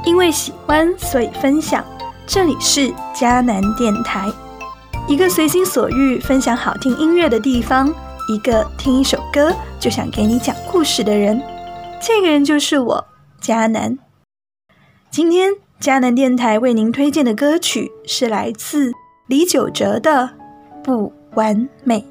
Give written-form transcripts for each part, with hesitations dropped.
因为喜欢，所以分享。这里是迦南电台，一个随心所欲分享好听音乐的地方，一个听一首歌就想给你讲故事的人。这个人就是我，迦南。今天迦南电台为您推荐的歌曲是来自李玖哲的《不完美》。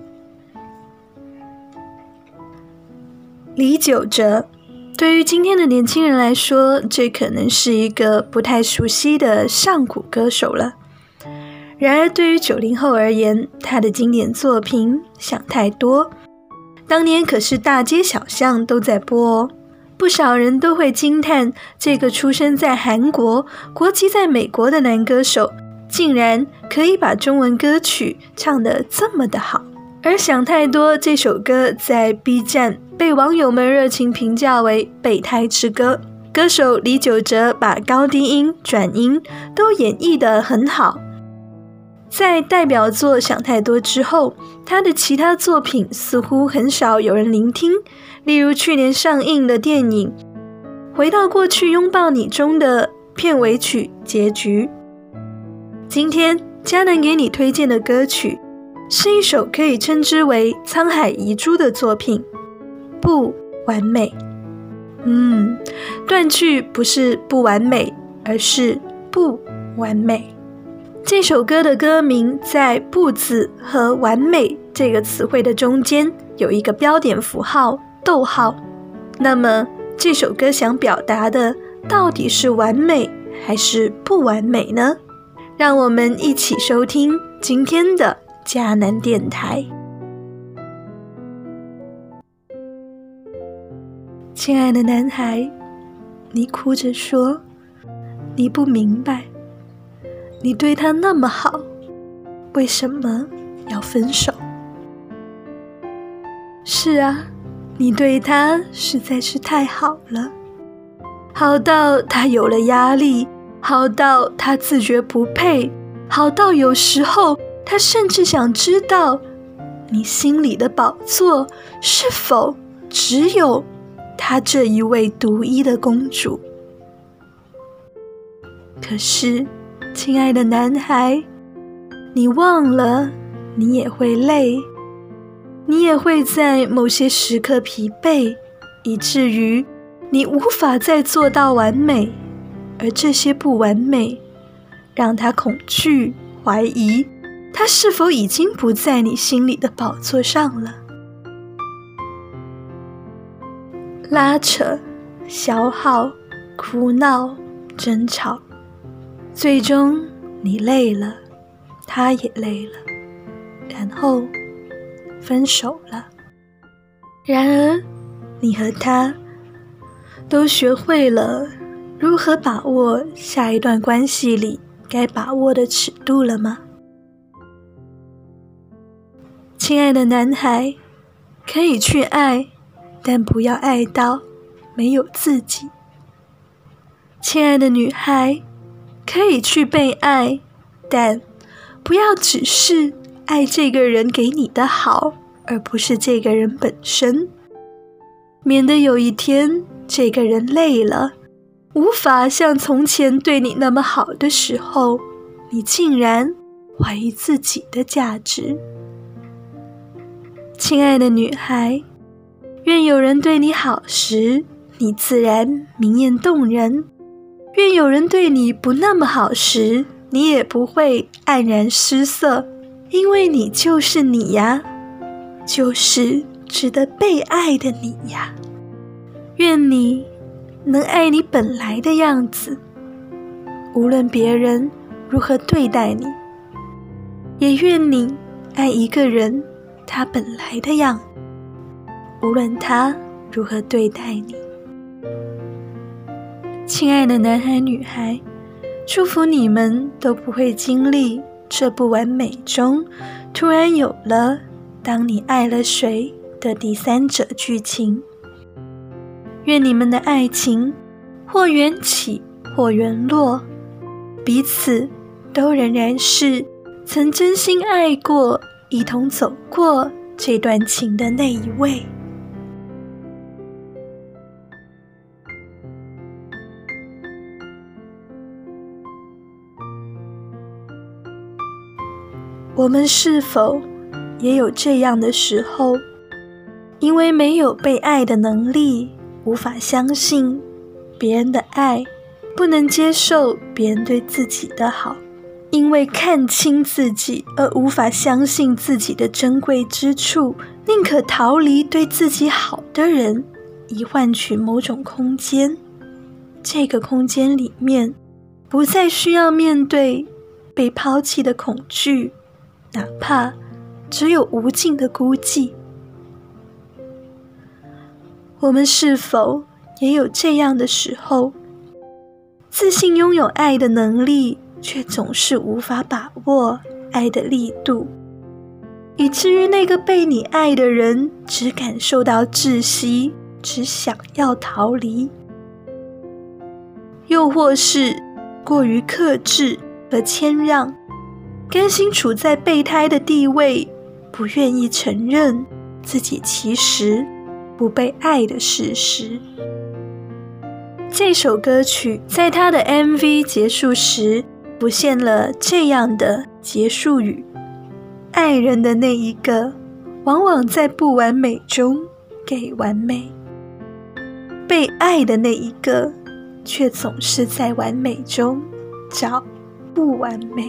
李玖哲对于今天的年轻人来说，这可能是一个不太熟悉的上古歌手了。然而对于90后而言，他的经典作品《想太多》当年可是大街小巷都在播哦。不少人都会惊叹，这个出生在韩国、国籍在美国的男歌手，竟然可以把中文歌曲唱得这么的好。而《想太多》这首歌在 B 站被网友们热情评价为备胎之歌，歌手李玖哲把高低音、转音都演绎得很好。在代表作《想太多》之后，他的其他作品似乎很少有人聆听，例如去年上映的电影《回到过去拥抱你》中的片尾曲《结局》。今天迦南给你推荐的歌曲是一首可以称之为沧海遗珠的作品《不完美》。断句不是不完美，而是不完美。这首歌的歌名在不字和完美这个词汇的中间有一个标点符号逗号。那么这首歌想表达的到底是完美还是不完美呢？让我们一起收听今天的迦南电台。亲爱的男孩，你哭着说你不明白，你对他那么好，为什么要分手？是啊，你对他实在是太好了，好到他有了压力，好到他自觉不配，好到有时候他甚至想知道你心里的宝座是否只有他这一位独一的公主。可是亲爱的男孩，你忘了你也会累，你也会在某些时刻疲惫，以至于你无法再做到完美，而这些不完美让他恐惧，怀疑他是否已经不在你心里的宝座上了。拉扯、消耗、哭闹、争吵，最终你累了，他也累了，然后分手了。然而你和他都学会了如何把握下一段关系里该把握的尺度了吗？亲爱的男孩，可以去爱，但不要爱到没有自己。亲爱的女孩，可以去被爱，但不要只是爱这个人给你的好，而不是这个人本身，免得有一天这个人累了，无法像从前对你那么好的时候，你竟然怀疑自己的价值。亲爱的女孩，愿有人对你好时，你自然明艳动人；愿有人对你不那么好时，你也不会黯然失色，因为你就是你呀，就是值得被爱的你呀。愿你能爱你本来的样子，无论别人如何对待你，也愿你爱一个人他本来的样子，无论他如何对待你。亲爱的男孩女孩，祝福你们都不会经历这不完美中突然有了当你爱了谁的第三者剧情。愿你们的爱情或缘起或缘落，彼此都仍然是曾真心爱过，一同走过这段情的那一位。 我们是否也有这样的时候，因为没有被爱的能力，无法相信别人的爱，不能接受别人对自己的好，因为看清自己而无法相信自己的珍贵之处，宁可逃离对自己好的人，以换取某种空间。这个空间里面不再需要面对被抛弃的恐惧，哪怕只有无尽的孤寂。我们是否也有这样的时候，自信拥有爱的能力，却总是无法把握爱的力度，以至于那个被你爱的人只感受到窒息，只想要逃离？又或是过于克制和谦让，甘心处在备胎的地位，不愿意承认自己其实不被爱的事实。这首歌曲在它的 MV 结束时浮现了这样的结束语：爱人的那一个往往在不完美中给完美，被爱的那一个却总是在完美中找不完美。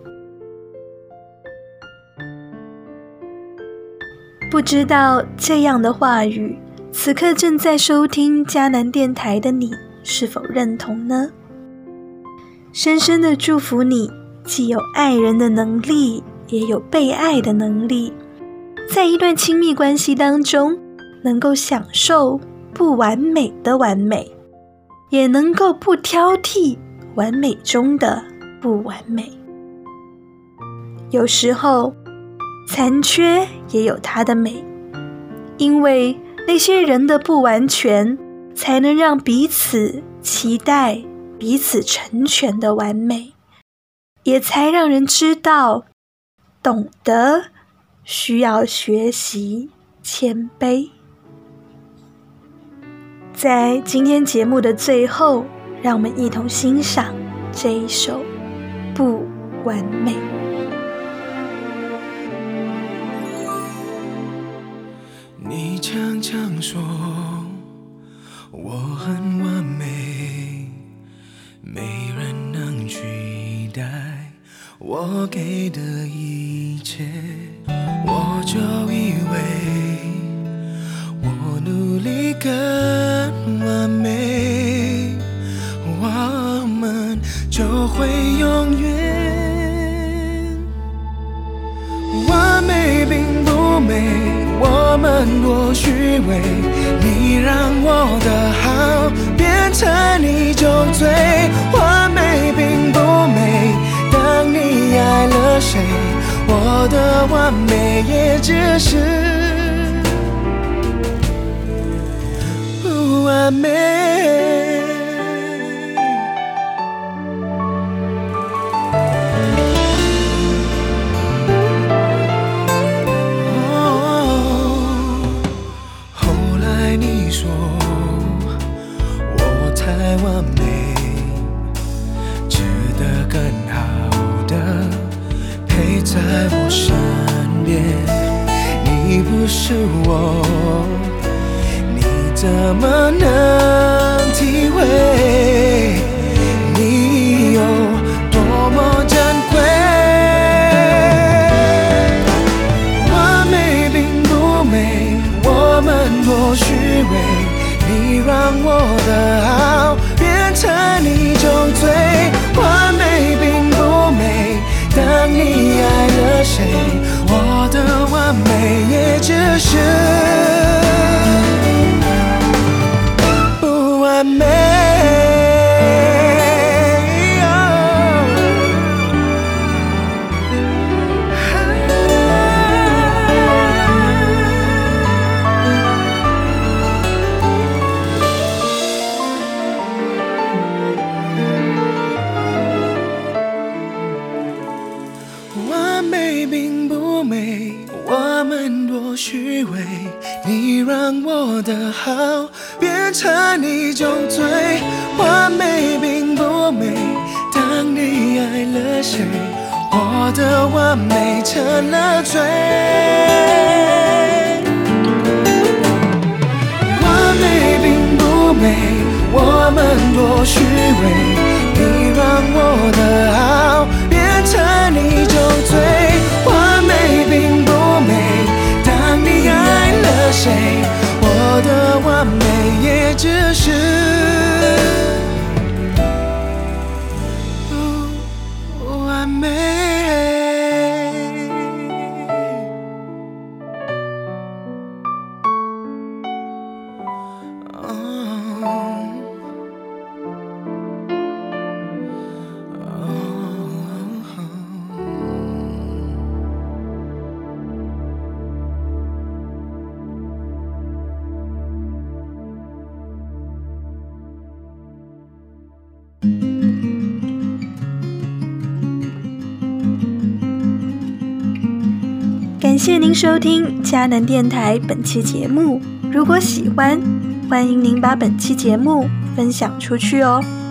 不知道这样的话语，此刻正在收听迦南电台的你是否认同呢？深深的祝福你，既有爱人的能力，也有被爱的能力，在一段亲密关系当中，能够享受不完美的完美，也能够不挑剔完美中的不完美。有时候残缺也有它的美，因为那些人的不完全，才能让彼此期待彼此成全的完美，也才让人知道懂得需要学习谦卑。在今天节目的最后，让我们一同欣赏这一首不完美。 你常常说我很完美，没人能取代我给的一切，我就以为我努力更完美，我们就会永远。完美并不美，我们多虚伪，你让我的好变成你就醉。完美并不美，当你爱了谁，我的完美也只是不完美。太完美，值得更好的陪在我身边。你不是我，你怎么能体会你有多么珍贵？完美并不美，我们多虚伪，你让我的好变成你就醉。完美并不美，当你爱了谁，我的完美也只是不完美。完美并不美，我们多虚伪，你让我的好变成你就醉。完美并不美，当你爱了谁，我我的完美成了罪。完美并不美，我们多虚伪，你让我的好变成你酒醉。完美并不美，当你爱了谁，我的完美也只是不完美。 感谢您收听迦南电台本期节目，如果喜欢，欢迎您把本期节目分享出去哦。